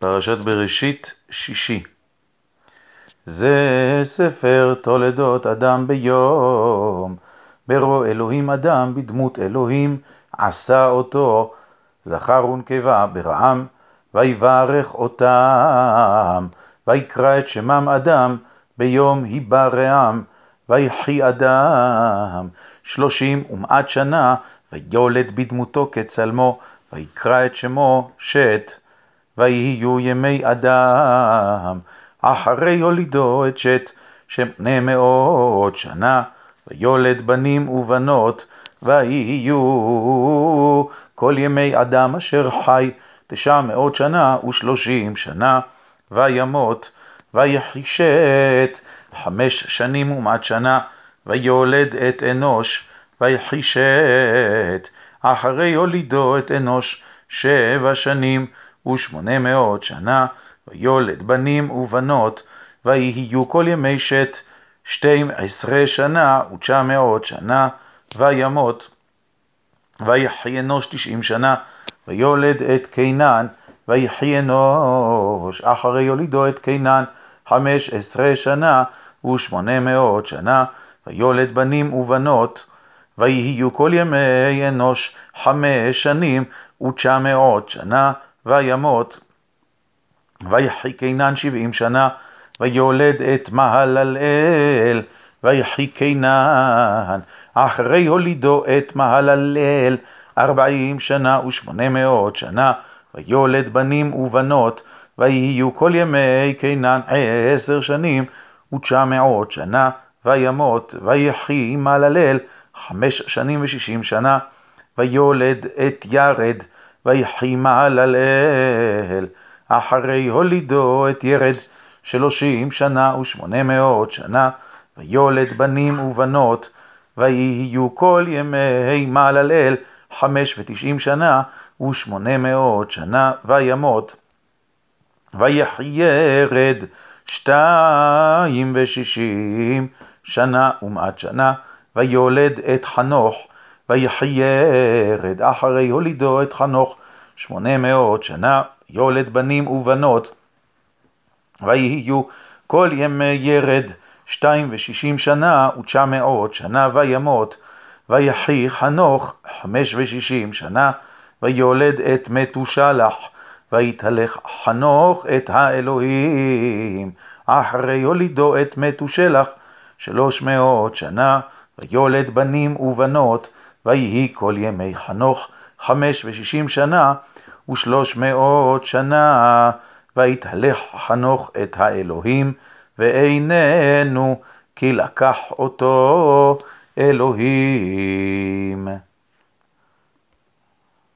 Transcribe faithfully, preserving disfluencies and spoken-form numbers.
פרשת בראשית שישי. זה ספר תולדות אדם ביום, ברוא אלוהים אדם בדמות אלוהים, עשה אותו זכר ונקבה ברעם, ויברך אותם, ויקרא את שמם אדם ביום היברעם, ויחי אדם שלושים ומעט שנה, ויולד בדמותו כצלמו, ויקרא את שמו שת. ויהיו ימי אדם אחרי יולידו את שת שמונה מאות שנה, ויולד בנים ובנות, ויהיו כל ימי אדם אשר חי תשע מאות שנה ושלושים שנה, וימות. ויחי שת חמש שנים ומעט שנה, ויולד את אנוש. ויחי שת אחרי יולידו את אנוש שבע שנים ושמונה מאות שנה, ויולד בנים ובנות, ויהיו כל ימי שת שתים עשרה שנה ותשע מאות שנה, וימות. ויחי אנוש תשעים שנה, ויולד את קינן. ויחי אנוש אחרי יולידו את קינן חמש עשרה שנה ושמונה מאות שנה, ויולד בנים ובנות. ויהיו כל ימי אנוש חמש שנים ותשע מאות שנה, וימות. ויחי קינן שבעים שנה, ויולד את מהללאל. ויחי קינן אחרי יולידו את מהללאל ארבעים שנה ושמונה מאות שנה, ויולד בנים ובנות. ויהיו כל ימי קינן עשר שנים ותשע מאות שנה, וימות. ויחי מהללאל חמש שנים ושישים שנה, ויולד את ירד. ויחי מהללאל אחרי יולידו את ירד שלושים שנה ושמונה מאות שנה, ויולד בנים ובנות. ויהיו כל ימי מהללאל חמש ותשעים שנה ושמונה מאות שנה, וימות. ויחי ירד שתיים ושישים שנה ומעט שנה, ויולד את חנוך. ויחי ירד אחרי יולידו את חנוך שמונה מאות שנה, יולד בנים ובנות. ויהיו כל ימי ירד שתיים ושישים שנה ותשע מאות שנה, וימות. ויחי חנוך חמש ושישים שנה, ויולד את מתושלח. ויתהלך חנוך את האלוהים אחרי יולידו את מתושלח שלוש מאות שנה, ויולד בנים ובנות. ויהי כל ימי חנוך חמש ושישים שנה ושלוש מאות שנה, ויתהלך חנוך את האלוהים, ואיננו כי לקח אותו אלוהים.